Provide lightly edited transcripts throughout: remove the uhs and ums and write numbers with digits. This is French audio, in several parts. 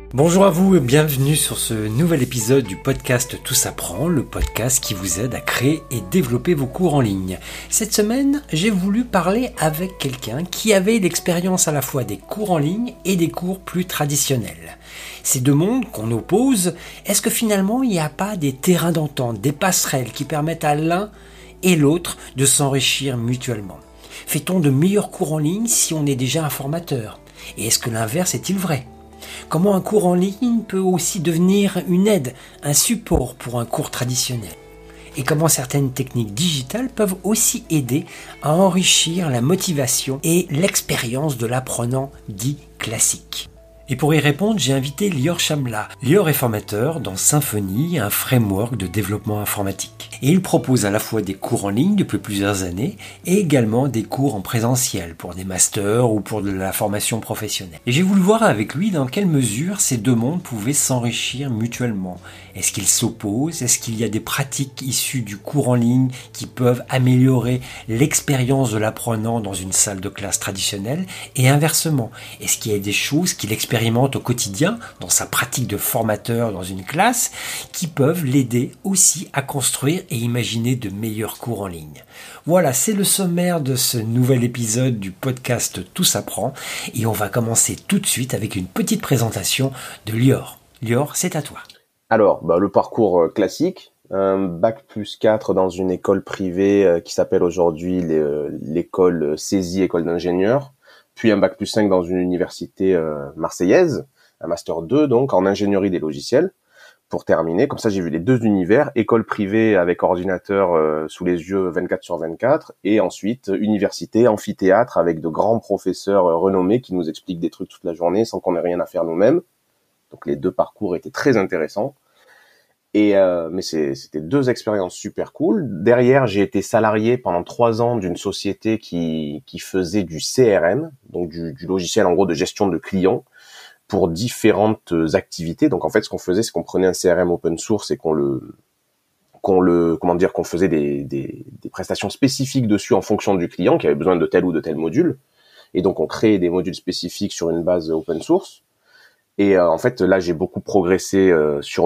Bonjour à vous et bienvenue sur ce nouvel épisode du podcast Tout s'apprend, le podcast qui vous aide à créer et développer vos cours en ligne. Cette semaine, j'ai voulu parler avec quelqu'un qui avait l'expérience à la fois des cours en ligne et des cours plus traditionnels. Ces deux mondes qu'on oppose, est-ce que finalement il n'y a pas des terrains d'entente, des passerelles qui permettent à l'un et l'autre de s'enrichir mutuellement ? Fait-on de meilleurs cours en ligne si on est déjà un formateur ? Et est-ce que l'inverse est-il vrai ? Comment un cours en ligne peut aussi devenir une aide, un support pour un cours traditionnel. Et comment certaines techniques digitales peuvent aussi aider à enrichir la motivation et l'expérience de l'apprenant dit classique. Et pour y répondre, j'ai invité Lior Chamla. Lior est formateur dans Symfony, un framework de développement informatique. Et il propose à la fois des cours en ligne depuis plusieurs années et également des cours en présentiel pour des masters ou pour de la formation professionnelle. Et j'ai voulu voir avec lui dans quelle mesure ces deux mondes pouvaient s'enrichir mutuellement. Est-ce qu'ils s'opposent ? Est-ce qu'il y a des pratiques issues du cours en ligne qui peuvent améliorer l'expérience de l'apprenant dans une salle de classe traditionnelle ? Et inversement, est-ce qu'il y a des choses qu'il expérimente au quotidien dans sa pratique de formateur dans une classe qui peuvent l'aider aussi à construire et imaginer de meilleurs cours en ligne. Voilà, c'est le sommaire de ce nouvel épisode du podcast Tout s'apprend et on va commencer tout de suite avec une petite présentation de Lior. Lior, c'est à toi. Alors, le parcours classique, bac plus 4 dans une école privée qui s'appelle aujourd'hui l'école CESI, école d'ingénieurs, puis un bac plus 5 dans une université marseillaise, un master 2 donc en ingénierie des logiciels. Pour terminer, comme ça j'ai vu les deux univers, école privée avec ordinateur sous les yeux 24/24, et ensuite université, amphithéâtre avec de grands professeurs renommés qui nous expliquent des trucs toute la journée sans qu'on ait rien à faire nous-mêmes. Donc les deux parcours étaient très intéressants. Mais c'était deux expériences super cool. Derrière, j'ai été salarié pendant 3 ans d'une société qui faisait du CRM, donc du logiciel en gros de gestion de clients, pour différentes activités. Donc en fait, ce qu'on faisait, c'est qu'on prenait un CRM open source et qu'on faisait des prestations spécifiques dessus en fonction du client qui avait besoin de tel ou de tel module. Et donc on créait des modules spécifiques sur une base open source. Et en fait, là, j'ai beaucoup progressé sur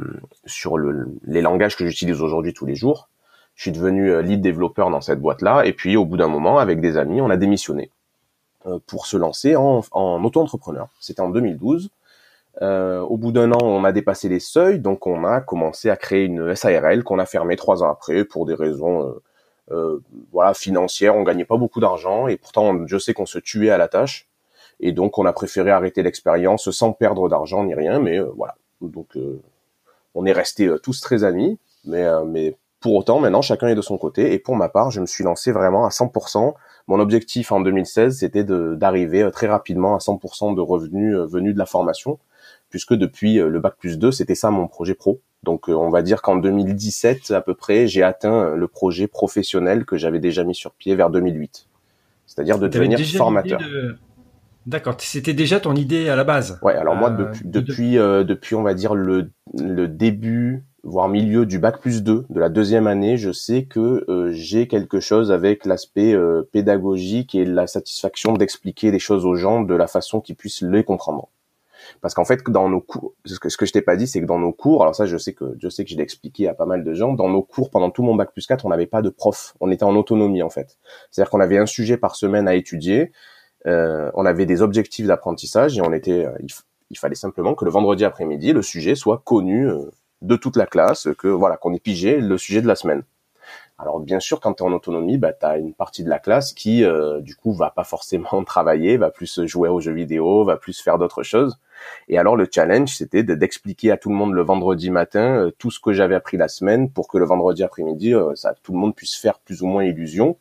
les langages que j'utilise aujourd'hui tous les jours. Je suis devenu lead développeur dans cette boîte-là. Et puis, au bout d'un moment, avec des amis, on a démissionné pour se lancer en auto-entrepreneur. C'était en 2012. Au bout d'un an, on a dépassé les seuils, donc on a commencé à créer une SARL qu'on a fermée 3 ans après pour des raisons financières. On gagnait pas beaucoup d'argent et pourtant, je sais qu'on se tuait à la tâche. Et donc, on a préféré arrêter l'expérience sans perdre d'argent ni rien, mais voilà. Donc, on est restés tous très amis, mais pour autant, maintenant, chacun est de son côté. Et pour ma part, je me suis lancé vraiment à 100%. Mon objectif en 2016, c'était d'arriver très rapidement à 100% de revenus venus de la formation, puisque depuis le bac plus 2, c'était ça mon projet pro. Donc, on va dire qu'en 2017, à peu près, j'ai atteint le projet professionnel que j'avais déjà mis sur pied vers 2008. C'est-à-dire de devenir formateur. D'accord, c'était déjà ton idée à la base. Ouais, alors moi depuis on va dire le début voire milieu du bac plus 2 de la deuxième année, je sais que j'ai quelque chose avec l'aspect pédagogique et la satisfaction d'expliquer les choses aux gens de la façon qu'ils puissent les comprendre. Parce qu'en fait dans nos cours, ce que je t'ai pas dit, c'est que dans nos cours, alors ça je sais que je l'ai expliqué à pas mal de gens, dans nos cours pendant tout mon bac plus 4, on n'avait pas de prof, on était en autonomie en fait. C'est-à-dire qu'on avait un sujet par semaine à étudier. On avait des objectifs d'apprentissage et il fallait simplement que le vendredi après-midi, le sujet soit connu de toute la classe, qu'on ait pigé le sujet de la semaine. Alors bien sûr, quand tu es en autonomie, t'as une partie de la classe qui du coup va pas forcément travailler, va plus jouer aux jeux vidéo, va plus faire d'autres choses. Et alors le challenge, c'était d'expliquer à tout le monde le vendredi matin tout ce que j'avais appris la semaine pour que le vendredi après-midi, tout le monde puisse faire plus ou moins illusion.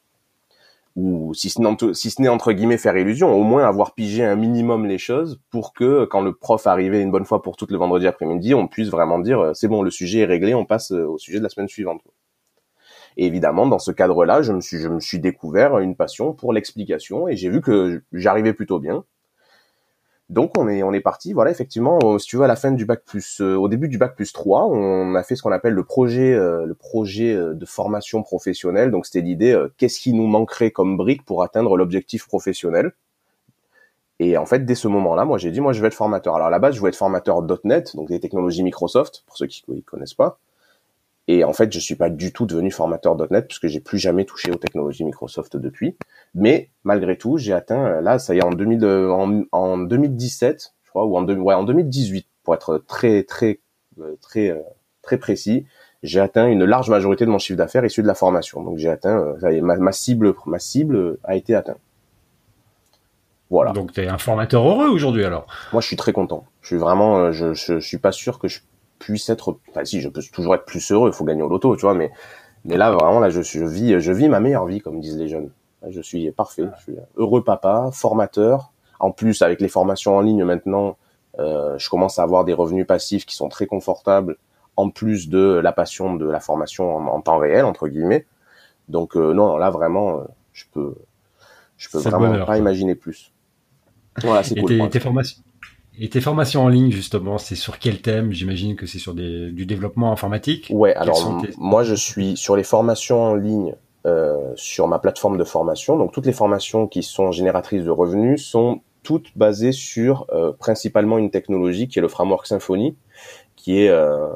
Ou si ce n'est entre guillemets faire illusion, au moins avoir pigé un minimum les choses pour que quand le prof arrivait une bonne fois pour toutes le vendredi après-midi, on puisse vraiment dire c'est bon, le sujet est réglé, on passe au sujet de la semaine suivante. Et évidemment, dans ce cadre-là, je me suis découvert une passion pour l'explication et j'ai vu que j'arrivais plutôt bien. Donc on est parti, voilà, effectivement, si tu veux, à la fin du bac plus, au début du bac plus 3, on a fait ce qu'on appelle le projet de formation professionnelle. Donc c'était l'idée, qu'est-ce qui nous manquerait comme brique pour atteindre l'objectif professionnel. Et en fait, dès ce moment-là, moi, j'ai dit, moi, je vais être formateur. Alors, à la base, je voulais être formateur .NET, donc des technologies Microsoft, pour ceux qui ne connaissent pas. Et en fait, je suis pas du tout devenu formateur .NET, puisque j'ai plus jamais touché aux technologies Microsoft depuis. Mais, malgré tout, j'ai atteint, là, ça y est, en 2017, je crois, ou en 2018, pour être très précis, j'ai atteint une large majorité de mon chiffre d'affaires issu de la formation. Donc, j'ai atteint, ça y est, ma cible a été atteinte. Voilà. Donc, tu es un formateur heureux aujourd'hui, alors? Moi, je suis très content. Je suis vraiment, je suis pas sûr que je puisse être, enfin, si, je peux toujours être plus heureux, il faut gagner au loto, tu vois, mais là, vraiment, là, je vis ma meilleure vie, comme disent les jeunes. Je suis parfait. Je suis heureux papa, formateur. En plus, avec les formations en ligne maintenant, je commence à avoir des revenus passifs qui sont très confortables, en plus de la passion de la formation en temps réel, entre guillemets. Donc, non, là, vraiment, je peux vraiment bonheur, pas imaginer plus. Voilà, c'est cool. Et tes formations en ligne, justement, c'est sur quel thème? J'imagine que c'est sur du développement informatique. Ouais, alors moi je suis sur les formations en ligne sur ma plateforme de formation. Donc toutes les formations qui sont génératrices de revenus sont toutes basées sur principalement une technologie qui est le framework Symfony, qui est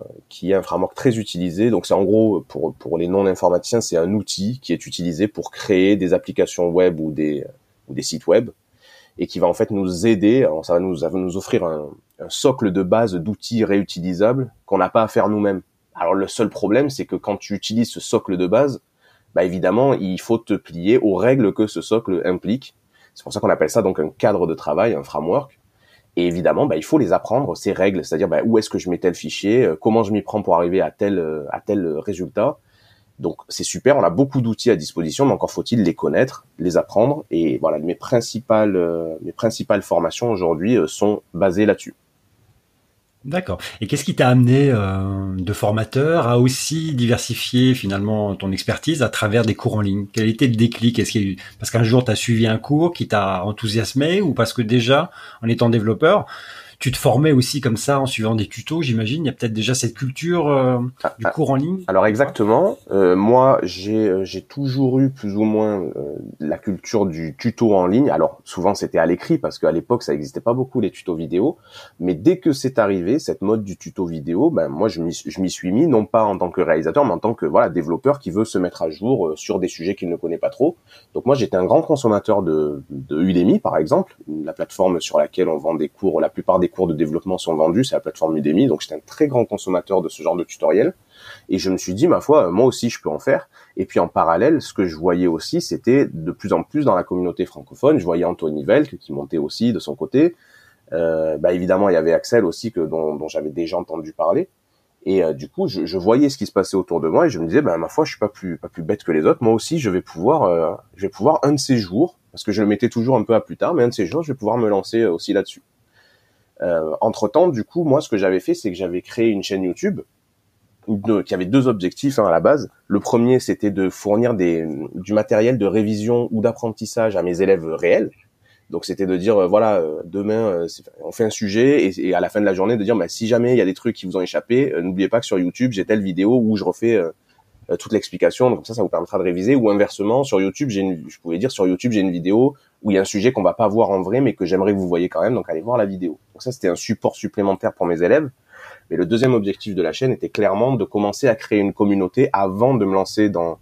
un framework très utilisé. Donc c'est en gros pour les non-informaticiens, c'est un outil qui est utilisé pour créer des applications web ou des sites web, et qui va en fait nous aider. Alors, ça va nous offrir un socle de base d'outils réutilisables qu'on n'a pas à faire nous-mêmes. Alors le seul problème, c'est que quand tu utilises ce socle de base, bah évidemment, il faut te plier aux règles que ce socle implique. C'est pour ça qu'on appelle ça donc un cadre de travail, un framework. Et évidemment, bah il faut les apprendre, ces règles, c'est-à-dire bah, où est-ce que je mets tel fichier, comment je m'y prends pour arriver à tel résultat. Donc c'est super, on a beaucoup d'outils à disposition, mais encore faut-il les connaître, les apprendre. Et voilà, mes principales formations aujourd'hui sont basées là-dessus. D'accord. Et qu'est-ce qui t'a amené de formateur à aussi diversifier finalement ton expertise à travers des cours en ligne? Quel était le déclic? Parce qu'un jour tu as suivi un cours qui t'a enthousiasmé, ou parce que déjà, en étant développeur, tu te formais aussi comme ça en suivant des tutos, j'imagine? Il y a peut-être déjà cette culture du cours en ligne. Alors exactement. Moi, j'ai toujours eu plus ou moins la culture du tuto en ligne. Alors souvent c'était à l'écrit parce qu'à l'époque ça n'existait pas beaucoup les tutos vidéo. Mais dès que c'est arrivé cette mode du tuto vidéo, ben moi je m'y suis mis, non pas en tant que réalisateur, mais en tant que développeur qui veut se mettre à jour sur des sujets qu'il ne connaît pas trop. Donc moi j'étais un grand consommateur de Udemy par exemple, la plateforme sur laquelle on vend des cours. La plupart des cours de développement sont vendus, c'est la plateforme Udemy. Donc j'étais un très grand consommateur de ce genre de tutoriel. Et je me suis dit, ma foi, moi aussi, je peux en faire. Et puis, en parallèle, ce que je voyais aussi, c'était de plus en plus dans la communauté francophone. Je voyais Anthony Velk qui montait aussi de son côté. Évidemment, il y avait Axel aussi dont j'avais déjà entendu parler. Et du coup, je voyais ce qui se passait autour de moi et je me disais, ma foi, je suis pas plus bête que les autres. Moi aussi, je vais pouvoir un de ces jours, parce que je le mettais toujours un peu à plus tard, mais un de ces jours, je vais pouvoir me lancer aussi là-dessus. Entre-temps, du coup, moi, ce que j'avais fait, c'est que j'avais créé une chaîne YouTube qui avait deux objectifs à la base. Le premier, c'était de fournir du matériel de révision ou d'apprentissage à mes élèves réels. Donc c'était de dire demain on fait un sujet et à la fin de la journée de dire si jamais il y a des trucs qui vous ont échappé, n'oubliez pas que sur YouTube j'ai telle vidéo où je refais toute l'explication. Donc ça vous permettra de réviser. Ou inversement, sur YouTube je pouvais dire sur YouTube j'ai une vidéo où il y a un sujet qu'on va pas voir en vrai mais que j'aimerais que vous voyez quand même. Donc allez voir la vidéo. Donc ça c'était un support supplémentaire pour mes élèves. Mais le deuxième objectif de la chaîne était clairement de commencer à créer une communauté avant de me lancer dans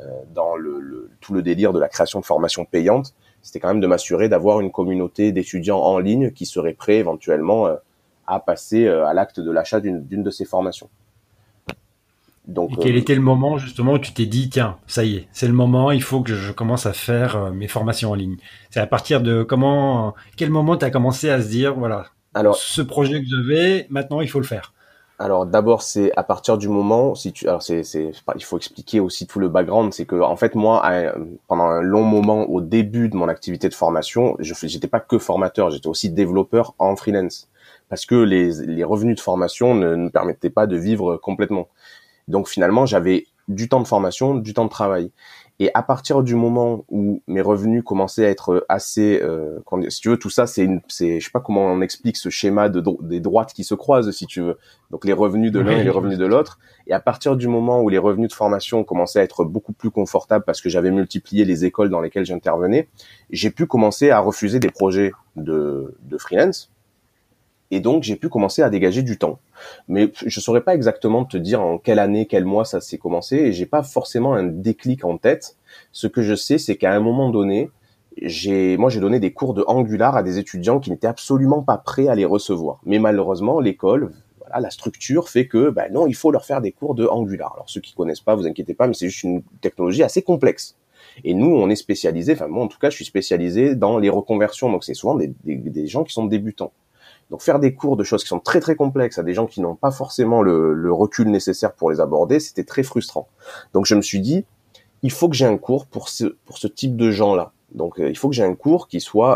tout le délire de la création de formations payantes. C'était quand même de m'assurer d'avoir une communauté d'étudiants en ligne qui seraient prêts éventuellement à passer à l'acte de l'achat d'une de ces formations. Donc, et quel était le moment justement où tu t'es dit, tiens, ça y est, c'est le moment, il faut que je commence à faire mes formations en ligne? C'est à partir de quel moment tu as commencé à se dire, voilà, alors, ce projet que j'avais, maintenant il faut le faire? Alors d'abord c'est à partir du moment il faut expliquer aussi tout le background, c'est que en fait moi pendant un long moment au début de mon activité de formation, j'étais pas que formateur, j'étais aussi développeur en freelance parce que les revenus de formation ne me permettaient pas de vivre complètement. Donc finalement j'avais du temps de formation, du temps de travail. Et à partir du moment où mes revenus commençaient à être assez, si tu veux, tout ça, je sais pas comment on explique ce schéma des droites qui se croisent, si tu veux. Donc les revenus de l'un et les revenus de l'autre. Et à partir du moment où les revenus de formation commençaient à être beaucoup plus confortables parce que j'avais multiplié les écoles dans lesquelles j'intervenais, j'ai pu commencer à refuser des projets de freelance. Et donc, j'ai pu commencer à dégager du temps. Mais je saurais pas exactement te dire en quelle année, quel mois ça s'est commencé, et j'ai pas forcément un déclic en tête. Ce que je sais, c'est qu'à un moment donné, j'ai donné des cours de Angular à des étudiants qui n'étaient absolument pas prêts à les recevoir. Mais malheureusement, l'école, voilà, la structure fait que, non, il faut leur faire des cours de Angular. Alors, ceux qui connaissent pas, vous inquiétez pas, mais c'est juste une technologie assez complexe. Et nous, on est spécialisé, enfin, moi, en tout cas, je suis spécialisé dans les reconversions. Donc, c'est souvent des gens qui sont débutants. Donc faire des cours de choses qui sont très très complexes à des gens qui n'ont pas forcément le recul nécessaire pour les aborder, c'était très frustrant. Donc je me suis dit, il faut que j'ai un cours pour ce type de gens-là. Donc il faut que j'ai un cours qui soit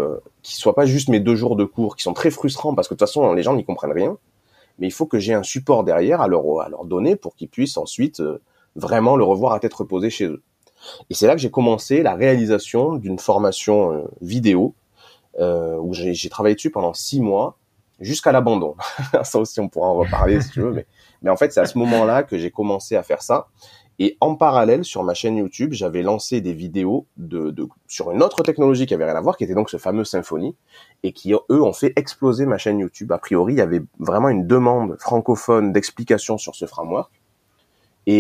pas juste mes 2 jours de cours qui sont très frustrants parce que de toute façon les gens n'y comprennent rien, mais il faut que j'ai un support derrière à leur donner pour qu'ils puissent ensuite vraiment le revoir à tête reposée chez eux. Et c'est là que j'ai commencé la réalisation d'une formation vidéo où j'ai travaillé dessus pendant 6 mois jusqu'à l'abandon. Ça aussi, on pourra en reparler si tu veux, mais en fait, c'est à ce moment-là que j'ai commencé à faire ça. Et en parallèle, sur ma chaîne YouTube, j'avais lancé des vidéos sur une autre technologie qui avait rien à voir, qui était donc ce fameux Symfony, et qui, eux, ont fait exploser ma chaîne YouTube. A priori, il y avait vraiment une demande francophone d'explications sur ce framework. Et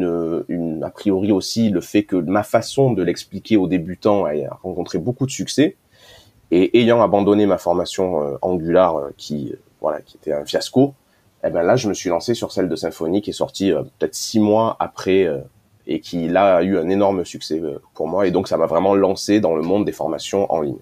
a priori aussi, le fait que ma façon de l'expliquer aux débutants a rencontré beaucoup de succès. Et ayant abandonné ma formation Angular qui était un fiasco, là je me suis lancé sur celle de Symfony qui est sortie peut-être 6 mois après et qui là a eu un énorme succès pour moi, et donc ça m'a vraiment lancé dans le monde des formations en ligne.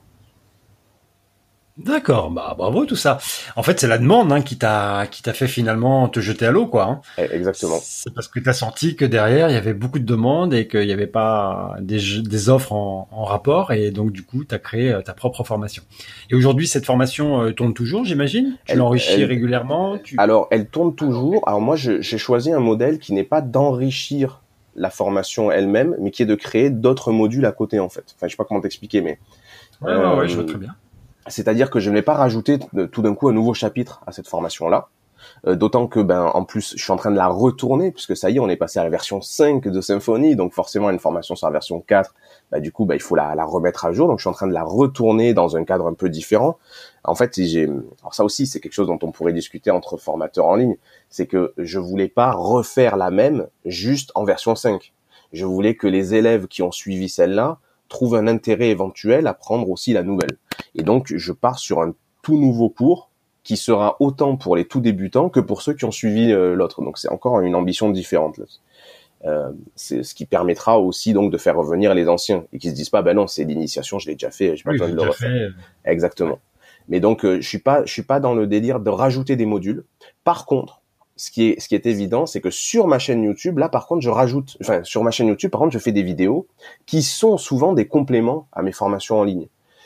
D'accord, bah bravo tout ça. En fait, c'est la demande qui t'a fait finalement te jeter à l'eau, quoi. Hein. Exactement. C'est parce que t'as senti que derrière il y avait beaucoup de demandes et qu'il n'y avait pas des offres en rapport, et donc du coup t'as créé ta propre formation. Et aujourd'hui, cette formation tourne toujours, j'imagine. Tu l'enrichis régulièrement. Alors, elle tourne toujours. Alors moi, j'ai choisi un modèle qui n'est pas d'enrichir la formation elle-même, mais qui est de créer d'autres modules à côté, en fait. Enfin, je sais pas comment t'expliquer, mais ouais, je vois très bien. C'est-à-dire que je ne vais pas rajouter tout d'un coup un nouveau chapitre à cette formation-là. D'autant que, en plus, je suis en train de la retourner, puisque ça y est, on est passé à la version 5 de Symfony, donc forcément, une formation sur la version 4, du coup, il faut la remettre à jour. Donc, je suis en train de la retourner dans un cadre un peu différent. En fait, alors ça aussi, c'est quelque chose dont on pourrait discuter entre formateurs en ligne, c'est que je voulais pas refaire la même juste en version 5. Je voulais que les élèves qui ont suivi celle-là trouvent un intérêt éventuel à prendre aussi la nouvelle. Et donc, je pars sur un tout nouveau cours qui sera autant pour les tout débutants que pour ceux qui ont suivi l'autre. Donc, c'est encore une ambition différente. C'est ce qui permettra aussi donc de faire revenir les anciens et qui se disent pas, non, c'est l'initiation, je l'ai déjà fait, j'ai pas besoin de le refaire. Exactement. Mais donc, je suis pas dans le délire de rajouter des modules. Par contre, ce qui est évident, c'est que sur ma chaîne YouTube, là, par contre, sur ma chaîne YouTube, par contre, je fais des vidéos qui sont souvent des compléments à mes formations en ligne.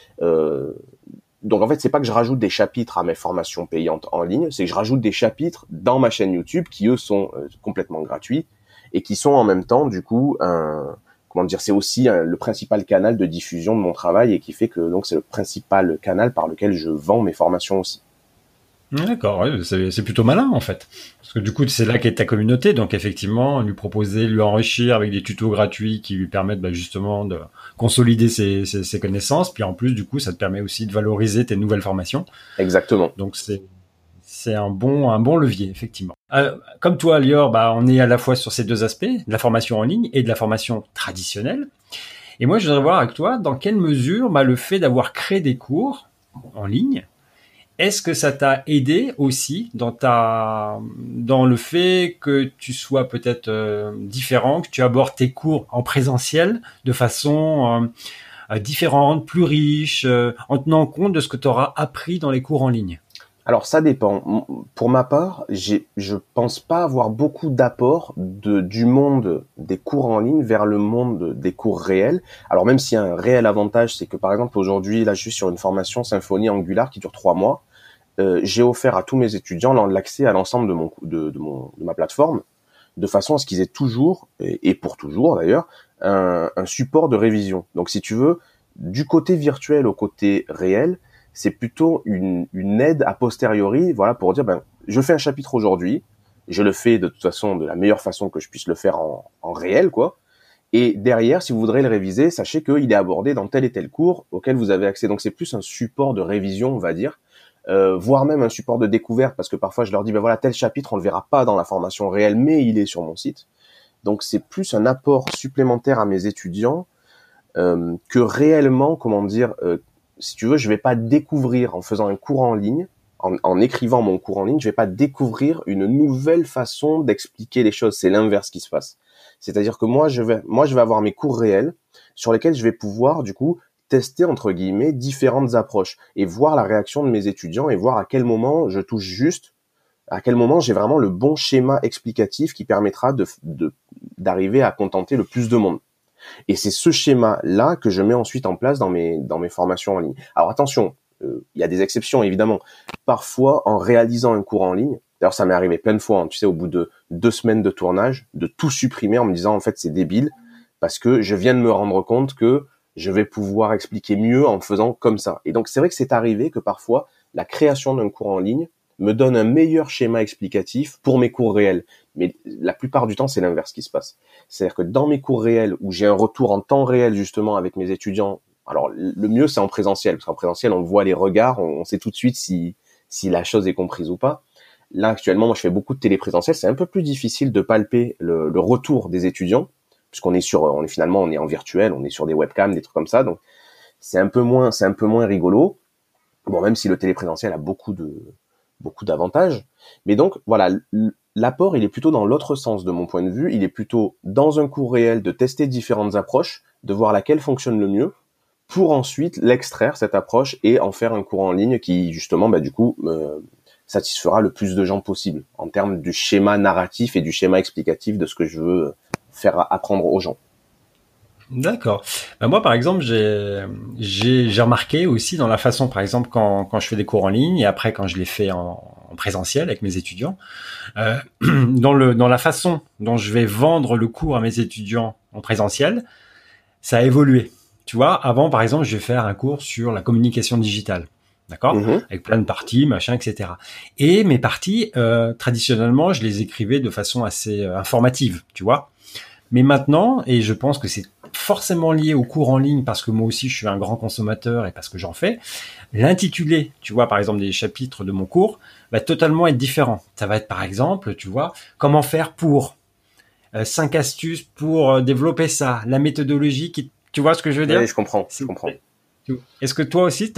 Donc en fait, c'est pas que je rajoute des chapitres à mes formations payantes en ligne, c'est que je rajoute des chapitres dans ma chaîne YouTube qui eux sont complètement gratuits et qui sont en même temps du coup c'est aussi le principal canal de diffusion de mon travail, et qui fait que donc c'est le principal canal par lequel je vends mes formations aussi. D'accord, ouais, c'est plutôt malin en fait. Parce que du coup, c'est là qu'est ta communauté, donc effectivement, lui enrichir avec des tutos gratuits qui lui permettent justement de consolider ses connaissances, puis en plus, du coup, ça te permet aussi de valoriser tes nouvelles formations. Exactement. Donc c'est un bon levier, effectivement. Comme toi, Lior, on est à la fois sur ces deux aspects, de la formation en ligne et de la formation traditionnelle. Et moi, je voudrais voir avec toi dans quelle mesure le fait d'avoir créé des cours en ligne, est-ce que ça t'a aidé aussi dans le fait que tu sois peut-être différent, que tu abordes tes cours en présentiel de façon différente, plus riche, en tenant compte de ce que tu auras appris dans les cours en ligne? Alors ça dépend. Pour ma part, je pense pas avoir beaucoup d'apport du monde des cours en ligne vers le monde des cours réels. Alors même s'il y a un réel avantage, c'est que par exemple aujourd'hui, là je suis sur une formation Symfony Angular qui dure 3 mois. J'ai offert à tous mes étudiants l'accès à l'ensemble de ma plateforme. de façon à ce qu'ils aient toujours, et pour toujours d'ailleurs, un support de révision. Donc si tu veux, du côté virtuel au côté réel, c'est plutôt une aide a posteriori, voilà, pour dire, je fais un chapitre aujourd'hui, je le fais de toute façon de la meilleure façon que je puisse le faire en réel, quoi. Et derrière, si vous voudrez le réviser, sachez qu'il est abordé dans tel et tel cours auquel vous avez accès. Donc c'est plus un support de révision, on va dire, voire même un support de découverte, parce que parfois je leur dis, voilà, tel chapitre, on le verra pas dans la formation réelle, mais il est sur mon site. Donc c'est plus un apport supplémentaire à mes étudiants que réellement, si tu veux, je vais pas découvrir en faisant un cours en ligne, en écrivant mon cours en ligne, je vais pas découvrir une nouvelle façon d'expliquer les choses. C'est l'inverse qui se passe. C'est-à-dire que moi, je vais avoir mes cours réels sur lesquels je vais pouvoir, du coup, tester, entre guillemets, différentes approches et voir la réaction de mes étudiants et voir à quel moment je touche juste, à quel moment j'ai vraiment le bon schéma explicatif qui permettra d'arriver à contenter le plus de monde. Et c'est ce schéma-là que je mets ensuite en place dans mes formations en ligne. Alors attention, il y a des exceptions évidemment. Parfois, en réalisant un cours en ligne, d'ailleurs ça m'est arrivé plein de fois, hein, tu sais, au bout de 2 semaines de tournage, de tout supprimer en me disant en fait c'est débile, parce que je viens de me rendre compte que je vais pouvoir expliquer mieux en faisant comme ça. Et donc c'est vrai que c'est arrivé que parfois la création d'un cours en ligne me donne un meilleur schéma explicatif pour mes cours réels. Mais la plupart du temps, c'est l'inverse qui se passe. C'est-à-dire que dans mes cours réels, où j'ai un retour en temps réel justement avec mes étudiants, alors le mieux c'est en présentiel, parce qu'en présentiel on voit les regards, on sait tout de suite si la chose est comprise ou pas. Là actuellement, moi je fais beaucoup de téléprésentiel, c'est un peu plus difficile de palper le retour des étudiants, puisqu'on est on est en virtuel, on est sur des webcams, des trucs comme ça, donc c'est un peu moins rigolo. Bon, même si le téléprésentiel a beaucoup d'avantages, mais donc voilà, l'apport il est plutôt dans l'autre sens de mon point de vue, il est plutôt dans un cours réel de tester différentes approches, de voir laquelle fonctionne le mieux, pour ensuite l'extraire cette approche et en faire un cours en ligne qui justement du coup satisfera le plus de gens possible en termes du schéma narratif et du schéma explicatif de ce que je veux faire apprendre aux gens. D'accord. Moi, par exemple, j'ai remarqué aussi dans la façon, par exemple, quand je fais des cours en ligne et après quand je les fais en présentiel avec mes étudiants, dans la façon dont je vais vendre le cours à mes étudiants en présentiel, ça a évolué. Tu vois, avant, par exemple, je vais faire un cours sur la communication digitale. D'accord, avec plein de parties, machin, etc. Et mes parties, traditionnellement, je les écrivais de façon assez informative, tu vois. Mais maintenant, et je pense que c'est forcément lié au cours en ligne, parce que moi aussi je suis un grand consommateur et parce que j'en fais, l'intitulé, tu vois, par exemple, des chapitres de mon cours, va totalement être différent. Ça va être, par exemple, tu vois, comment faire pour 5 astuces pour développer ça, la méthodologie tu vois ce que je veux dire? Oui, je comprends. Est-ce que toi aussi,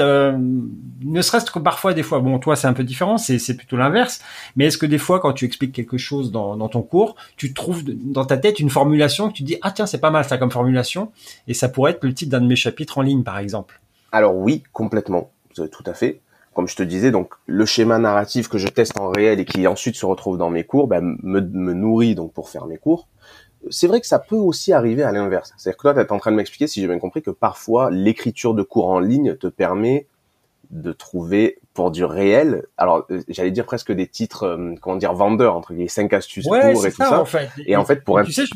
ne serait-ce que parfois, des fois, bon, toi c'est un peu différent, c'est plutôt l'inverse, mais est-ce que des fois, quand tu expliques quelque chose dans ton cours, tu trouves dans ta tête une formulation que tu dis, ah tiens, c'est pas mal ça comme formulation, et ça pourrait être le titre d'un de mes chapitres en ligne, par exemple? Alors oui, complètement, tout à fait. Comme je te disais, donc le schéma narratif que je teste en réel et qui ensuite se retrouve dans mes cours, me nourrit donc pour faire mes cours. C'est vrai que ça peut aussi arriver à l'inverse. C'est-à-dire que toi, tu es en train de m'expliquer, si j'ai bien compris, que parfois, l'écriture de cours en ligne te permet de trouver pour du réel, alors j'allais dire presque des titres, vendeurs, entre les 5 astuces pour et tout ça. En fait. Et en fait, tu sais,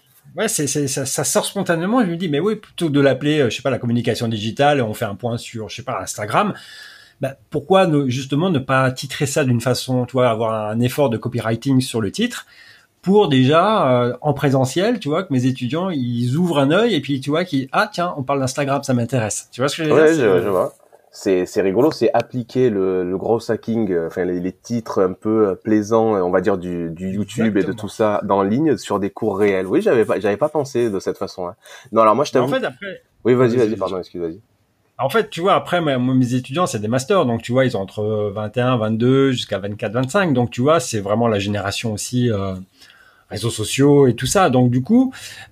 ça sort spontanément, je me dis, mais oui, plutôt que de l'appeler, je sais pas, la communication digitale, on fait un point sur, je sais pas, Instagram, pourquoi justement ne pas titrer ça d'une façon, tu vois, avoir un effort de copywriting sur le titre, pour déjà en présentiel, tu vois, que mes étudiants ils ouvrent un œil et puis tu vois tiens, on parle d'Instagram, ça m'intéresse. Tu vois ce que je veux dire? Ouais, je vois. C'est rigolo, c'est appliquer le gros hacking, les titres un peu plaisants, on va dire du YouTube. Exactement. Et de tout ça dans ligne sur des cours réels. Oui, j'avais pas pensé de cette façon-là. Non, alors moi je t'avoue. En fait, après. Oui, vas-y, pardon, excuse-moi. En fait, tu vois, après, mes étudiants, c'est des masters. Donc, tu vois, ils ont entre 21, 22 jusqu'à 24, 25. Donc, tu vois, c'est vraiment la génération aussi réseaux sociaux et tout ça. Donc, du coup,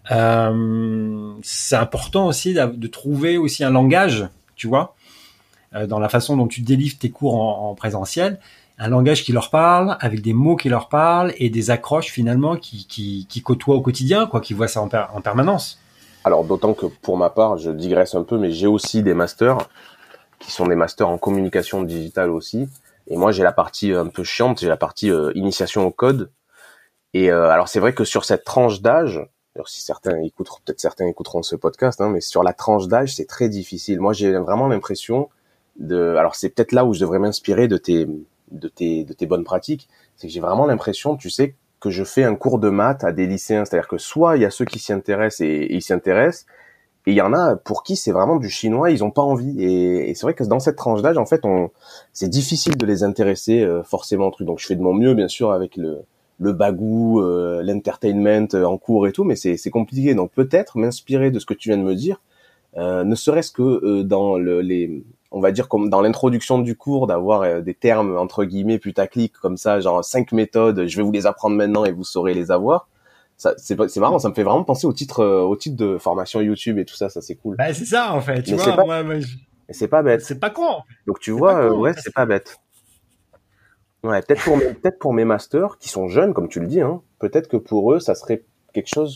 c'est important aussi de trouver aussi un langage, tu vois, dans la façon dont tu délivres tes cours en présentiel. Un langage qui leur parle, avec des mots qui leur parlent et des accroches, finalement, qui côtoient au quotidien, quoi, qui voient ça en permanence. Alors, d'autant que pour ma part, je digresse un peu, mais j'ai aussi des masters qui sont des masters en communication digitale aussi. Et moi, j'ai la partie un peu chiante, j'ai la partie initiation au code. Et alors c'est vrai que sur cette tranche d'âge, alors si peut-être certains écouteront ce podcast, hein, mais sur la tranche d'âge, c'est très difficile. Moi, j'ai vraiment l'impression alors c'est peut-être là où je devrais m'inspirer de tes bonnes pratiques, c'est que j'ai vraiment l'impression, tu sais, que je fais un cours de maths à des lycéens, c'est-à-dire que soit il y a ceux qui s'y intéressent et ils s'y intéressent, et il y en a pour qui c'est vraiment du chinois, ils ont pas envie. Et c'est vrai que dans cette tranche d'âge, en fait, c'est difficile de les intéresser forcément au truc. Donc je fais de mon mieux, bien sûr, avec le bagou, l'entertainment en cours et tout, mais c'est compliqué. Donc peut-être m'inspirer de ce que tu viens de me dire, ne serait-ce que dans on va dire comme dans l'introduction du cours, d'avoir des termes entre guillemets putaclic comme ça, genre 5 méthodes, je vais vous les apprendre maintenant et vous saurez les avoir. Ça, c'est marrant, ça me fait vraiment penser au titre de formation YouTube et tout ça, c'est cool. Bah, c'est ça, en fait, tu Mais vois, mais c'est pas bête. c'est pas con, en fait. Donc tu C'est pas vois, con, ouais, parce c'est que pas bête. Ouais, peut-être pour mes masters qui sont jeunes, comme tu le dis, hein, peut-être que pour eux, ça serait quelque chose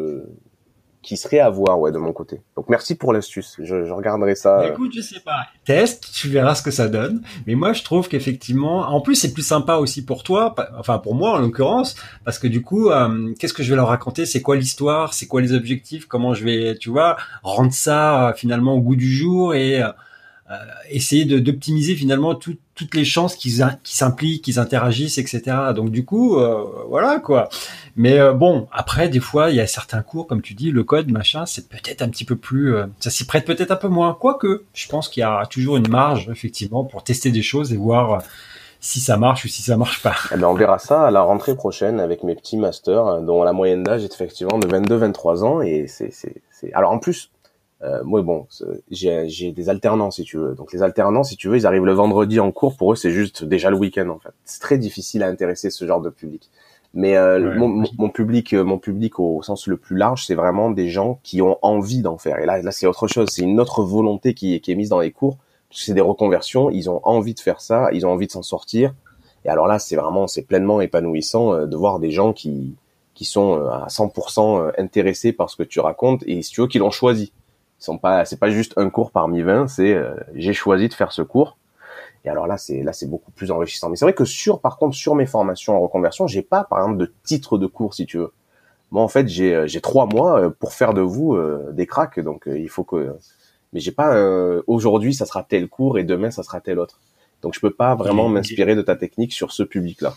qui serait à voir, ouais, de mon côté. Donc merci pour l'astuce. Je regarderai ça. bah, écoute, je sais pas. Teste, tu verras ce que ça donne. Mais moi, je trouve qu'effectivement, en plus, c'est plus sympa aussi pour toi, enfin pour moi en l'occurrence, parce que du coup, qu'est-ce que je vais leur raconter? C'est quoi l'histoire? C'est quoi les objectifs? Comment je vais, tu vois, rendre ça finalement au goût du jour et essayer d'optimiser finalement toutes les chances qu'ils s'impliquent, qu'ils interagissent, etc. Donc du coup, voilà quoi. Mais bon, après, des fois, il y a certains cours, comme tu dis, le code, machin, c'est peut-être un petit peu plus... ça s'y prête peut-être un peu moins. Quoique, je pense qu'il y a toujours une marge, effectivement, pour tester des choses et voir si ça marche ou si ça marche pas. Eh ben, on verra ça à la rentrée prochaine avec mes petits masters, dont la moyenne d'âge est effectivement de 22-23 ans. Et Alors en plus, moi bon, j'ai des alternants si tu veux. Donc les alternants, si tu veux, ils arrivent le vendredi en cours. Pour eux, c'est juste déjà le week-end en fait. C'est très difficile à intéresser ce genre de public. Mais Ouais. mon public au sens le plus large, c'est vraiment des gens qui ont envie d'en faire. Et là c'est autre chose. C'est une autre volonté qui est mise dans les cours. Parce que c'est des reconversions. Ils ont envie de faire ça. Ils ont envie de s'en sortir. Et alors là, c'est pleinement épanouissant de voir des gens qui sont à 100% intéressés par ce que tu racontes et si tu veux, qui l'ont choisi. C'est pas juste un cours parmi 20, c'est j'ai choisi de faire ce cours. Et alors là c'est beaucoup plus enrichissant. Mais c'est vrai que par contre sur mes formations en reconversion, j'ai pas par exemple de titre de cours si tu veux. Moi en fait j'ai 3 mois pour faire de vous des cracks, donc il faut que mais j'ai pas aujourd'hui ça sera tel cours et demain ça sera tel autre. Donc je peux pas Il vraiment est, m'inspirer de ta technique sur ce public-là.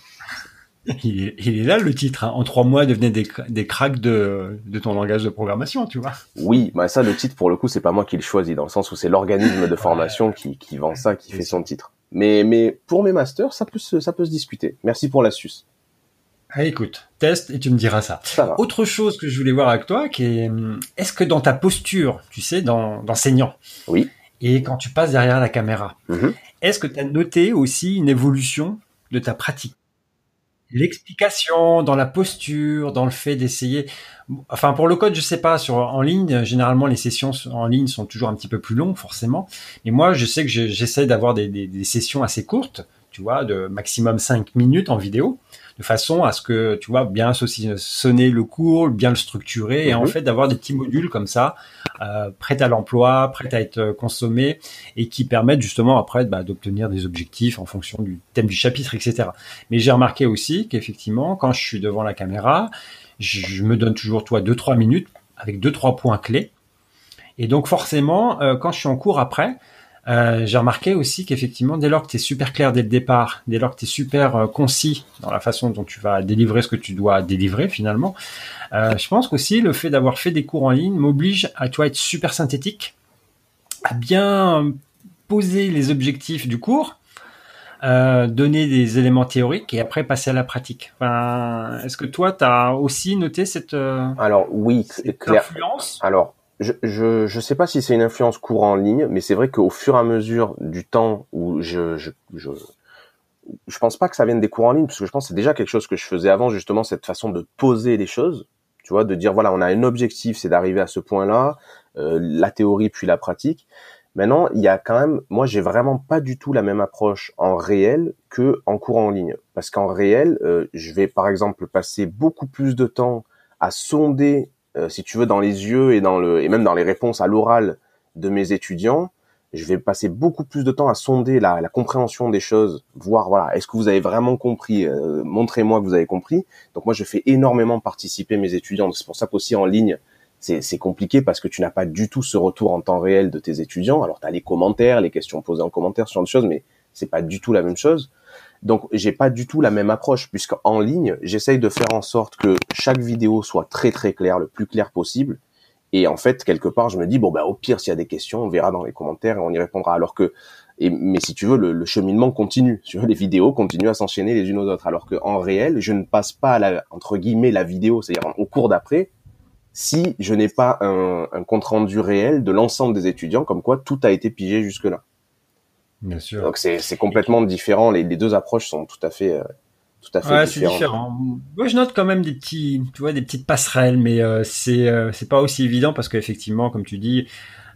il est là le titre. Hein. En 3 mois, devenez des cracks de ton langage de programmation, tu vois. Oui, bah ça, le titre, pour le coup, c'est pas moi qui le choisis, dans le sens où c'est l'organisme de Ouais, formation qui vend ça, qui bien fait sûr. son titre. Mais pour mes masters, ça peut se discuter. Merci pour l'astuce. Ah, écoute, teste et tu me diras ça. Ça va. Autre chose que je voulais voir avec toi, est-ce que dans ta posture, tu sais, d'enseignant, Oui. et quand tu passes derrière la caméra, Mhm. est-ce que tu as noté aussi une évolution de ta pratique? L'explication, dans la posture, dans le fait d'essayer. Enfin, pour le code, je sais pas. En ligne, généralement, les sessions en ligne sont toujours un petit peu plus longues, forcément. Mais moi, je sais que j'essaie d'avoir des sessions assez courtes, tu vois, de maximum 5 minutes en vidéo, de façon à ce que, tu vois, bien sonner le cours, bien le structurer, et en Mhm. fait, d'avoir des petits modules comme ça, prêts à l'emploi, prêts à être consommés, et qui permettent justement après d'obtenir des objectifs en fonction du thème du chapitre, etc. Mais j'ai remarqué aussi qu'effectivement, quand je suis devant la caméra, je me donne toujours, toi, 2-3 minutes avec 2-3 points clés. Et donc, forcément, quand je suis en cours après, j'ai remarqué aussi qu'effectivement, dès lors que tu es super clair dès le départ, dès lors que tu es super concis dans la façon dont tu vas délivrer ce que tu dois délivrer finalement, je pense qu'aussi le fait d'avoir fait des cours en ligne m'oblige à, tu vois, être super synthétique, à bien poser les objectifs du cours, donner des éléments théoriques et après passer à la pratique. Enfin, est-ce que toi, tu as aussi noté Alors, oui, cette clair. influence? Alors, je sais pas si c'est une influence courant en ligne, mais c'est vrai qu'au fur et à mesure du temps où je pense pas que ça vienne des cours en ligne, parce que je pense que c'est déjà quelque chose que je faisais avant, justement, cette façon de poser les choses, tu vois, de dire, voilà, on a un objectif, c'est d'arriver à ce point-là, la théorie puis la pratique. Maintenant, il y a quand même, moi, j'ai vraiment pas du tout la même approche en réel que en cours en ligne. Parce qu'en réel, je vais, par exemple, passer beaucoup plus de temps à sonder, si tu veux, dans les yeux et même dans les réponses à l'oral de mes étudiants, je vais passer beaucoup plus de temps à sonder la compréhension des choses, voir, voilà, est-ce que vous avez vraiment compris, montrez-moi que vous avez compris. Donc moi, je fais énormément participer mes étudiants. C'est pour ça qu'aussi en ligne, c'est compliqué parce que tu n'as pas du tout ce retour en temps réel de tes étudiants. Alors, tu as les commentaires, les questions posées en commentaire, ce genre de choses, mais c'est pas du tout la même chose. Donc, j'ai pas du tout la même approche, puisqu'en ligne, j'essaye de faire en sorte que chaque vidéo soit très très claire, le plus clair possible. Et en fait, quelque part, je me dis, bon, bah, au pire, s'il y a des questions, on verra dans les commentaires et on y répondra. Alors que, mais si tu veux, le cheminement continue. Tu vois, les vidéos continuent à s'enchaîner les unes aux autres. Alors que, en réel, je ne passe pas entre guillemets, la vidéo, c'est-à-dire au cours d'après, si je n'ai pas un compte rendu réel de l'ensemble des étudiants, comme quoi tout a été pigé jusque-là. Bien sûr. Donc c'est complètement différent. Les deux approches sont tout à fait Ouais, différentes. c'est différent. Moi, je note quand même tu vois, des petites passerelles, mais c'est pas aussi évident parce qu'effectivement, comme tu dis,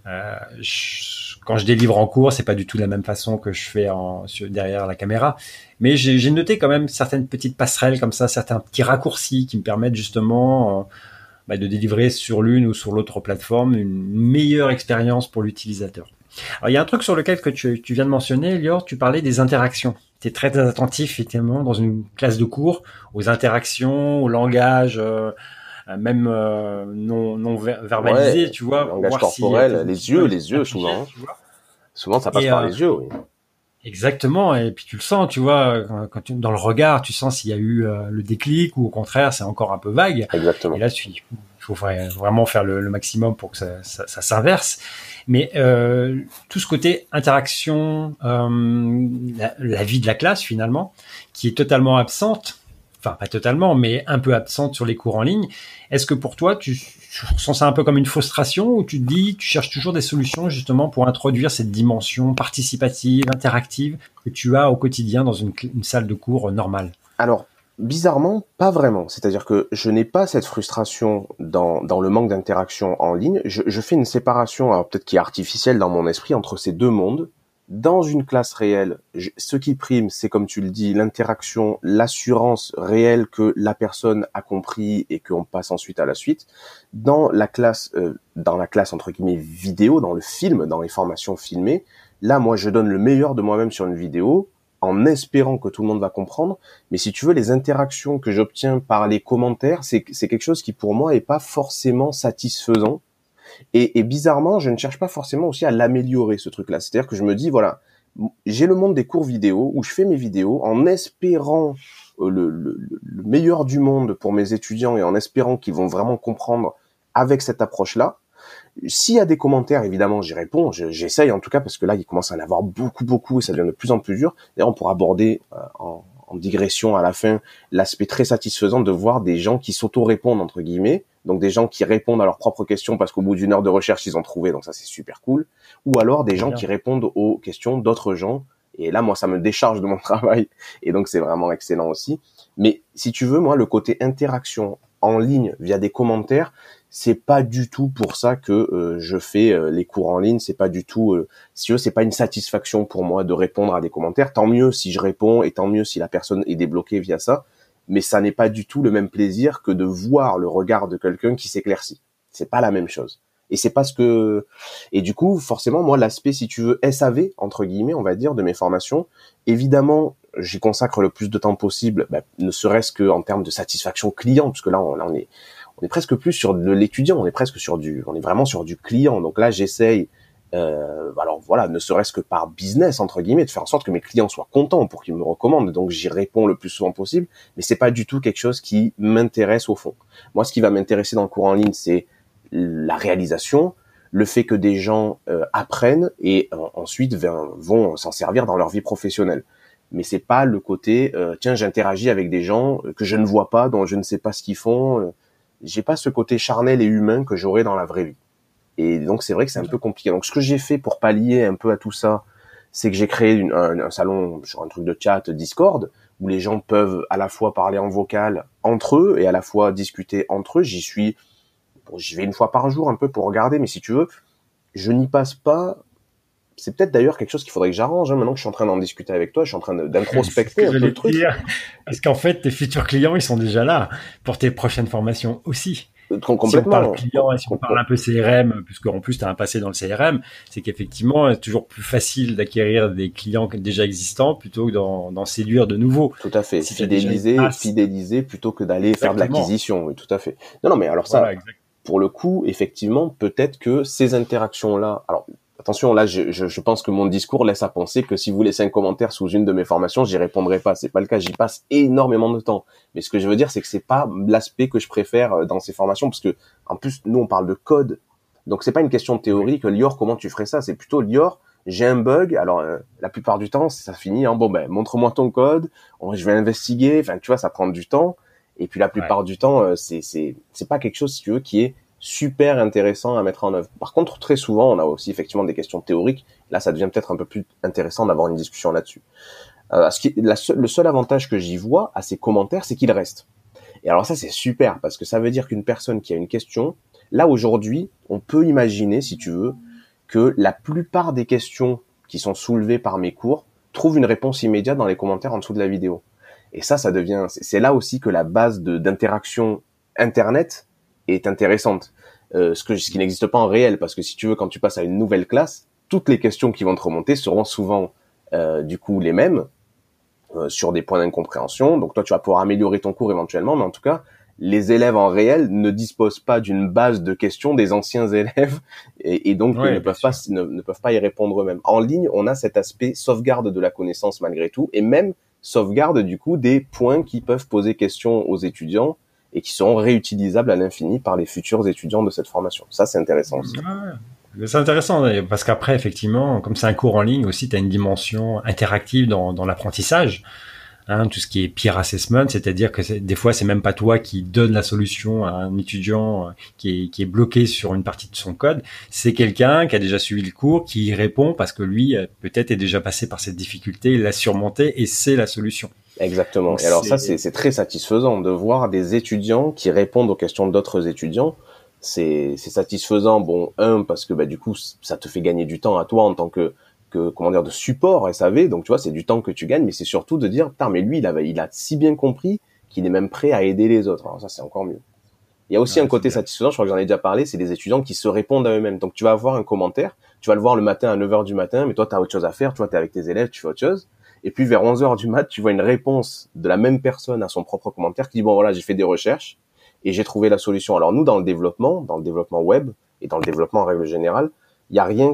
quand je délivre en cours, c'est pas du tout de la même façon que je fais derrière la caméra. Mais j'ai noté quand même certaines petites passerelles comme ça, certains petits raccourcis qui me permettent justement de délivrer sur l'une ou sur l'autre plateforme une meilleure expérience pour l'utilisateur. Alors, il y a un truc sur lequel que tu viens de mentionner, Lior, tu parlais des interactions. Tu es très attentif, effectivement, dans une classe de cours, aux interactions, au langage, même non verbalisé, Ouais, tu vois. le Pour langage voir corporel, si les yeux souvent. tu vois. Souvent, ça passe par les yeux, oui. Exactement, et puis tu le sens, tu vois, dans le regard, tu sens s'il y a eu le déclic ou au contraire, c'est encore un peu vague. Exactement. Et là, il faut vraiment faire le maximum pour que ça s'inverse. Mais tout ce côté interaction, la vie de la classe finalement, qui est totalement absente, enfin pas totalement, mais un peu absente sur les cours en ligne. Est-ce que pour toi, tu ressens ça un peu comme une frustration ou tu te dis, tu cherches toujours des solutions justement pour introduire cette dimension participative, interactive que tu as au quotidien dans une salle de cours normale? Alors, bizarrement, pas vraiment. C'est-à-dire que je n'ai pas cette frustration dans le manque d'interaction en ligne. Je fais une séparation, alors peut-être qui est artificielle dans mon esprit, entre ces deux mondes. Dans une classe réelle, ce qui prime, c'est comme tu le dis, l'interaction, l'assurance réelle que la personne a compris et qu'on passe ensuite à la suite. Dans la classe entre guillemets vidéo, dans le film, dans les formations filmées, là, moi, je donne le meilleur de moi-même sur une vidéo, en espérant que tout le monde va comprendre. Mais si tu veux, les interactions que j'obtiens par les commentaires, c'est quelque chose qui pour moi est pas forcément satisfaisant. Et bizarrement, je ne cherche pas forcément aussi à l'améliorer, ce truc-là. C'est-à-dire que je me dis, voilà, j'ai le monde des cours vidéo où je fais mes vidéos en espérant le meilleur du monde pour mes étudiants et en espérant qu'ils vont vraiment comprendre avec cette approche-là. S'il y a des commentaires, évidemment, j'y réponds. J'essaye en tout cas parce que là, il commence à en avoir beaucoup et ça devient de plus en plus dur. D'ailleurs, on pourra aborder en digression à la fin l'aspect très satisfaisant de voir des gens qui s'auto-répondent entre guillemets, donc des gens qui répondent à leurs propres questions parce qu'au bout d'une heure de recherche ils ont trouvé, donc ça c'est super cool, ou alors des gens qui répondent aux questions d'autres gens, et là moi ça me décharge de mon travail, et donc c'est vraiment excellent aussi. Mais si tu veux, moi le côté interaction en ligne via des commentaires, c'est pas du tout pour ça que je fais les cours en ligne. C'est pas du tout, si tu veux, c'est pas une satisfaction pour moi de répondre à des commentaires. Tant mieux si je réponds et tant mieux si la personne est débloquée via ça. Mais ça n'est pas du tout le même plaisir que de voir le regard de quelqu'un qui s'éclaircit. C'est pas la même chose. Et c'est parce que, et du coup, forcément, moi, l'aspect, si tu veux, SAV, entre guillemets, on va dire, de mes formations, évidemment, j'y consacre le plus de temps possible, ne serait-ce qu'en termes de satisfaction client, parce que là, on est presque plus sur de l'étudiant, on est vraiment sur du client. Donc là, j'essaye, alors voilà, ne serait-ce que par business entre guillemets, de faire en sorte que mes clients soient contents pour qu'ils me recommandent. Donc j'y réponds le plus souvent possible, mais c'est pas du tout quelque chose qui m'intéresse au fond. Moi, ce qui va m'intéresser dans le cours en ligne, c'est la réalisation, le fait que des gens apprennent et ensuite vont s'en servir dans leur vie professionnelle. Mais c'est pas le côté tiens, j'interagis avec des gens que je ne vois pas, dont je ne sais pas ce qu'ils font. J'ai pas ce côté charnel et humain que j'aurais dans la vraie vie. Et donc c'est vrai que c'est un peu compliqué. Donc ce que j'ai fait pour pallier un peu à tout ça, c'est que j'ai créé un salon sur un truc de chat Discord où les gens peuvent à la fois parler en vocal entre eux et à la fois discuter entre eux. J'y vais une fois par jour un peu pour regarder, mais si tu veux, je n'y passe pas. C'est peut-être d'ailleurs quelque chose qu'il faudrait que j'arrange. Maintenant que je suis en train d'en discuter avec toi, je suis en train d'introspecter un peu le truc. Parce qu'en fait, tes futurs clients, ils sont déjà là pour tes prochaines formations aussi. Si on parle Complètement. client et si on parle un peu CRM, puisque en plus tu as un passé dans le CRM, c'est qu'effectivement, c'est toujours plus facile d'acquérir des clients déjà existants plutôt que d'en séduire de nouveaux. Tout à fait. Si tu as déjà une base, Fidéliser plutôt que d'aller faire de exactement. l'acquisition. Oui, tout à fait. Non, non, mais alors ça, Voilà, exact. pour le coup, effectivement, peut-être que ces interactions-là, alors, attention, là, je pense que mon discours laisse à penser que si vous laissez un commentaire sous une de mes formations, j'y répondrai pas. C'est pas le cas. J'y passe énormément de temps. Mais ce que je veux dire, c'est que c'est pas l'aspect que je préfère dans ces formations, parce que, en plus, nous, on parle de code. Donc, c'est pas une question de Oui. théorie que Lior, comment tu ferais ça? C'est plutôt Lior, j'ai un bug. Alors, la plupart du temps, ça finit en, bon, ben, montre-moi ton code. Je vais investiguer. Enfin, tu vois, ça prend du temps. Et puis, la Ouais. plupart du temps, c'est pas quelque chose, si tu veux, qui est super intéressant à mettre en œuvre. Par contre, très souvent, on a aussi effectivement des questions théoriques. Là, ça devient peut-être un peu plus intéressant d'avoir une discussion là-dessus. Le seul avantage que j'y vois à ces commentaires, c'est qu'ils restent. Et alors ça, c'est super, parce que ça veut dire qu'une personne qui a une question, là, aujourd'hui, on peut imaginer, si tu veux, que la plupart des questions qui sont soulevées par mes cours trouvent une réponse immédiate dans les commentaires en dessous de la vidéo. Et ça devient, c'est là aussi que la base d'interaction Internet est intéressante. Ce qui n'existe pas en réel, parce que si tu veux, quand tu passes à une nouvelle classe, toutes les questions qui vont te remonter seront souvent du coup les mêmes sur des points d'incompréhension. Donc toi, tu vas pouvoir améliorer ton cours éventuellement, mais en tout cas, les élèves en réel ne disposent pas d'une base de questions des anciens élèves et donc Ouais, bien sûr. ne peuvent pas y répondre eux-mêmes. En ligne, on a cet aspect sauvegarde de la connaissance malgré tout, et même sauvegarde du coup des points qui peuvent poser question aux étudiants et qui seront réutilisables à l'infini par les futurs étudiants de cette formation. Ça, c'est intéressant aussi. Ouais. C'est intéressant parce qu'après, effectivement, comme c'est un cours en ligne aussi, tu as une dimension interactive dans l'apprentissage. Hein, tout ce qui est peer assessment, c'est-à-dire que des fois, c'est même pas toi qui donne la solution à un étudiant qui est bloqué sur une partie de son code. C'est quelqu'un qui a déjà suivi le cours, qui y répond parce que lui, peut-être, est déjà passé par cette difficulté, il l'a surmonté et c'est la solution. Exactement. Donc, Et alors ça, c'est c'est très satisfaisant de voir des étudiants qui répondent aux questions d'autres étudiants. C'est satisfaisant. Bon, parce que bah du coup, ça te fait gagner du temps à toi en tant que comment dire de support SAV. Donc tu vois, c'est du temps que tu gagnes, mais c'est surtout de dire, putain, mais lui, il a si bien compris qu'il est même prêt à aider les autres. Alors ça, c'est encore mieux. Il y a aussi un ouais, c'est côté bien. satisfaisant, je crois que j'en ai déjà parlé, c'est des étudiants qui se répondent à eux-mêmes. Donc tu vas avoir un commentaire, tu vas le voir le matin à 9h du matin, mais toi tu as autre chose à faire, tu vois, tu es avec tes élèves, tu fais autre chose. Et puis vers 11h du mat, tu vois une réponse de la même personne à son propre commentaire qui dit, bon voilà, j'ai fait des recherches et j'ai trouvé la solution. Alors nous, dans le développement web et dans le développement en règle générale, il y a rien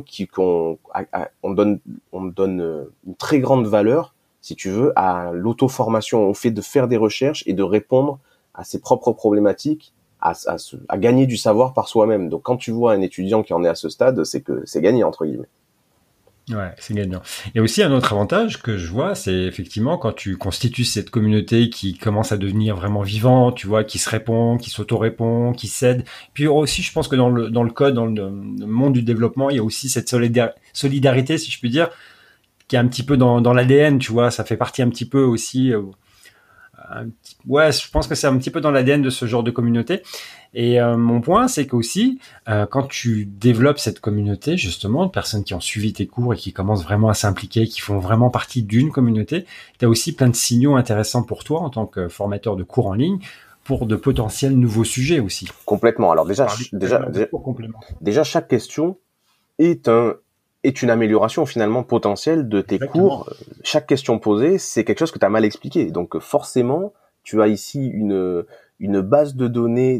on donne une très grande valeur, si tu veux, à l'auto-formation, au fait de faire des recherches et de répondre à ses propres problématiques, à gagner du savoir par soi-même. Donc quand tu vois un étudiant qui en est à ce stade, c'est que c'est gagné, entre guillemets. Ouais, c'est gagnant. Et aussi un autre avantage que je vois, c'est effectivement quand tu constitues cette communauté qui commence à devenir vraiment vivante, tu vois, qui se répond, qui s'auto-répond, qui s'aide. Puis aussi, je pense que dans le code, dans le monde du développement, il y a aussi cette solidarité, si je puis dire, qui est un petit peu dans l'ADN, tu vois. Ça fait partie un petit peu aussi. Ouais, je pense que c'est un petit peu dans l'ADN de ce genre de communauté. Et mon point, c'est qu'aussi, quand tu développes cette communauté, justement, de personnes qui ont suivi tes cours et qui commencent vraiment à s'impliquer, qui font vraiment partie d'une communauté, tu as aussi plein de signaux intéressants pour toi en tant que formateur de cours en ligne pour de potentiels nouveaux sujets aussi. Complètement. Alors Tu parlais totalement de cours complémentaires. déjà chaque question est une amélioration finalement potentielle de tes Exactement. cours. Chaque question posée, c'est quelque chose que tu as mal expliqué. Donc forcément, tu as ici une base de données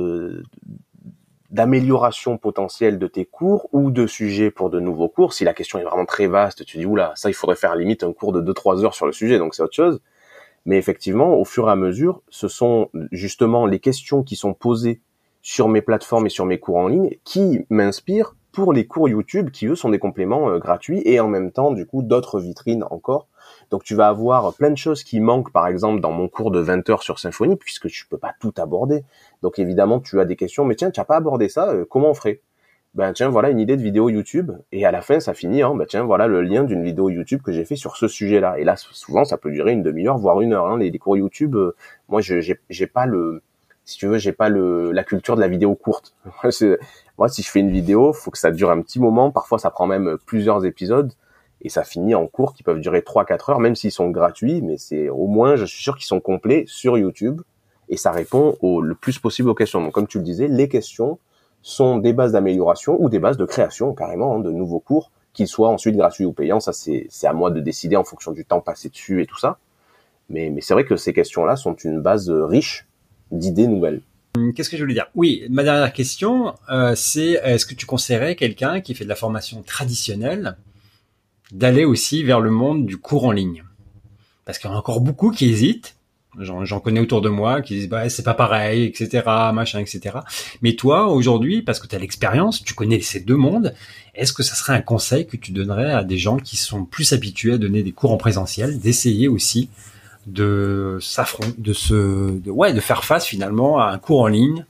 d'amélioration potentielle de tes cours ou de sujets pour de nouveaux cours. Si la question est vraiment très vaste, tu dis, oula, ça, il faudrait faire limite un cours de 2-3 heures sur le sujet, donc c'est autre chose. Mais effectivement, au fur et à mesure, ce sont justement les questions qui sont posées sur mes plateformes et sur mes cours en ligne qui m'inspirent pour les cours YouTube qui, eux, sont des compléments gratuits et en même temps, du coup, d'autres vitrines encore. Donc, tu vas avoir plein de choses qui manquent, par exemple, dans mon cours de 20 heures sur Symfony, puisque tu peux pas tout aborder. Donc, évidemment, tu as des questions, mais tiens, tu n'as pas abordé ça, comment on ferait? Ben tiens, voilà une idée de vidéo YouTube, et à la fin ça finit, ben tiens, voilà le lien d'une vidéo YouTube que j'ai fait sur ce sujet-là. Et là, souvent, ça peut durer une demi-heure, voire 1 heure. Hein. Les cours YouTube, moi, j'ai pas si tu veux, j'ai pas la culture de la vidéo courte. Moi, si je fais une vidéo, faut que ça dure un petit moment. Parfois, ça prend même plusieurs épisodes, et ça finit en cours qui peuvent durer 3-4 heures, même s'ils sont gratuits, mais c'est au moins, je suis sûr qu'ils sont complets sur YouTube. et ça répond le plus possible aux questions. Donc, comme tu le disais, les questions sont des bases d'amélioration ou des bases de création, carrément, de nouveaux cours, qu'ils soient ensuite gratuits ou payants. Ça, c'est à moi de décider en fonction du temps passé dessus et tout ça. Mais c'est vrai que ces questions-là sont une base riche d'idées nouvelles. Qu'est-ce que je voulais dire ? Oui, ma dernière question, c'est est-ce que tu conseillerais quelqu'un qui fait de la formation traditionnelle d'aller aussi vers le monde du cours en ligne ? Parce qu'il y en a encore beaucoup qui hésitent. J'en connais autour de moi qui disent c'est pas pareil, etc., machin, etc. Mais toi, aujourd'hui, parce que tu as l'expérience, tu connais ces deux mondes, est-ce que ça serait un conseil que tu donnerais à des gens qui sont plus habitués à donner des cours en présentiel, d'essayer aussi de faire face finalement à un cours en ligne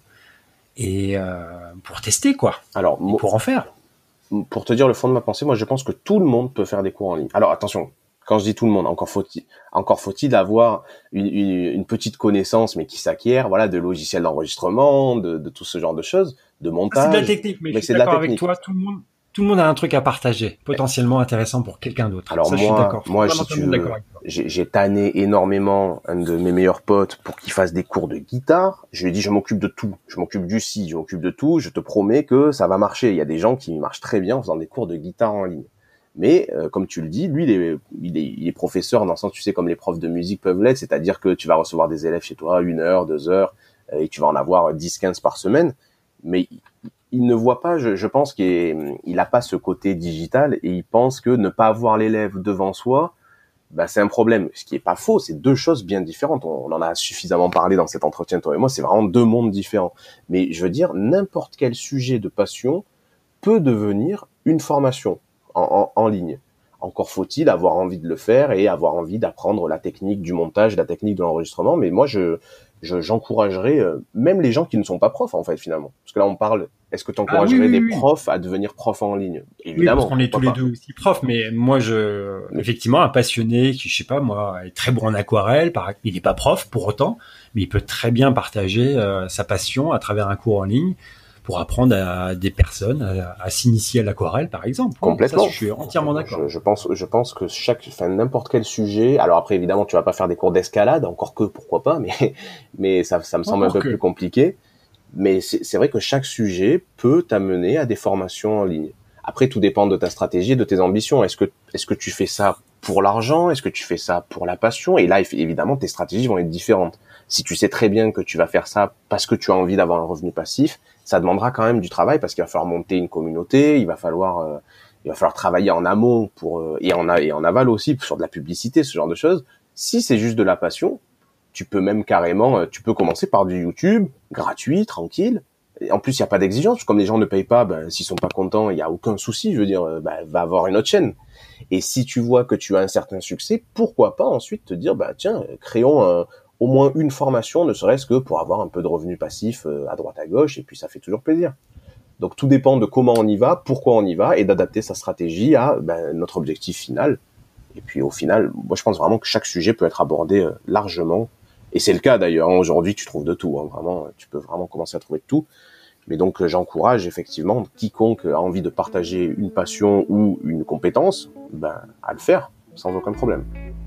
et pour tester quoi. Alors, pour en faire. Pour te dire le fond de ma pensée, moi je pense que tout le monde peut faire des cours en ligne. Alors attention, quand je dis tout le monde, encore faut-il avoir une petite connaissance, mais qui s'acquiert, voilà, de logiciels d'enregistrement, de tout ce genre de choses, de montage. C'est de la technique, mais je suis d'accord avec toi, tout le monde a un truc à partager, potentiellement intéressant pour quelqu'un d'autre. Alors ça, je suis d'accord. Moi, si tu veux, j'ai tanné énormément un de mes meilleurs potes pour qu'il fasse des cours de guitare. Je lui ai dit, je m'occupe de tout. Je m'occupe du si, je m'occupe de tout. Je te promets que ça va marcher. Il y a des gens qui marchent très bien en faisant des cours de guitare en ligne. Mais comme tu le dis, lui, il est professeur dans le sens, tu sais, comme les profs de musique peuvent l'être, c'est-à-dire que tu vas recevoir des élèves chez toi 1 heure, 2 heures, et tu vas en avoir 10, 15 par semaine. Mais il ne voit pas, je pense qu'il a pas ce côté digital et il pense que ne pas avoir l'élève devant soi, c'est un problème. Ce qui est pas faux, c'est deux choses bien différentes. On en a suffisamment parlé dans cet entretien, toi et moi, c'est vraiment deux mondes différents. Mais je veux dire, n'importe quel sujet de passion peut devenir une formation en ligne. Encore faut-il avoir envie de le faire et avoir envie d'apprendre la technique du montage, la technique de l'enregistrement. Mais moi, j'encouragerais même les gens qui ne sont pas profs, en fait, finalement. Parce que là, on parle, est-ce que tu encouragerais des profs à devenir profs en ligne ? Évidemment. Oui, parce qu'on est tous les deux aussi profs, mais moi, effectivement, un passionné qui, je sais pas, moi, est très bon en aquarelle, il n'est pas prof pour autant, mais il peut très bien partager sa passion à travers un cours en ligne pour apprendre à des personnes à s'initier à l'aquarelle, par exemple. Complètement. Ça, je suis entièrement d'accord. Je pense que n'importe quel sujet. Alors après, évidemment, tu vas pas faire des cours d'escalade, encore que pourquoi pas, mais ça me semble un peu plus compliqué. Mais c'est vrai que chaque sujet peut t'amener à des formations en ligne. Après, tout dépend de ta stratégie, de tes ambitions. Est-ce que tu fais ça pour l'argent ? Est-ce que tu fais ça pour la passion ? Et là, évidemment, tes stratégies vont être différentes. Si tu sais très bien que tu vas faire ça parce que tu as envie d'avoir un revenu passif, ça demandera quand même du travail parce qu'il va falloir monter une communauté, il va falloir travailler en amont et en aval aussi sur de la publicité, ce genre de choses. Si c'est juste de la passion, tu peux même carrément, tu peux commencer par du YouTube, gratuit, tranquille. Et en plus, il n'y a pas d'exigence. Comme les gens ne payent pas, s'ils sont pas contents, il n'y a aucun souci. Je veux dire, va avoir une autre chaîne. Et si tu vois que tu as un certain succès, pourquoi pas ensuite te dire, tiens, créons au moins une formation, ne serait-ce que pour avoir un peu de revenus passifs à droite à gauche, et puis ça fait toujours plaisir. Donc tout dépend de comment on y va, pourquoi on y va, et d'adapter sa stratégie à notre objectif final. Et puis au final, moi je pense vraiment que chaque sujet peut être abordé largement, et c'est le cas d'ailleurs. Aujourd'hui, tu trouves de tout, vraiment, tu peux vraiment commencer à trouver de tout. Mais donc j'encourage effectivement quiconque a envie de partager une passion ou une compétence, à le faire sans aucun problème.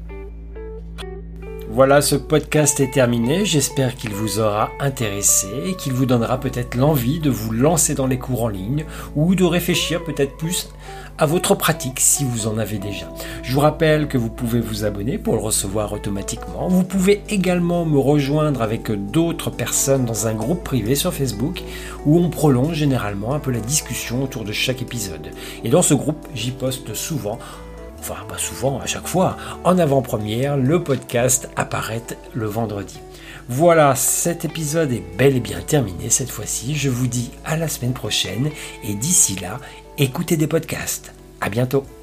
Voilà, ce podcast est terminé. J'espère qu'il vous aura intéressé et qu'il vous donnera peut-être l'envie de vous lancer dans les cours en ligne ou de réfléchir peut-être plus à votre pratique si vous en avez déjà. Je vous rappelle que vous pouvez vous abonner pour le recevoir automatiquement. Vous pouvez également me rejoindre avec d'autres personnes dans un groupe privé sur Facebook où on prolonge généralement un peu la discussion autour de chaque épisode. Et dans ce groupe, j'y poste souvent, pas souvent, à chaque fois, en avant-première, le podcast apparaît le vendredi. Voilà, cet épisode est bel et bien terminé cette fois-ci. Je vous dis à la semaine prochaine et d'ici là, écoutez des podcasts. À bientôt.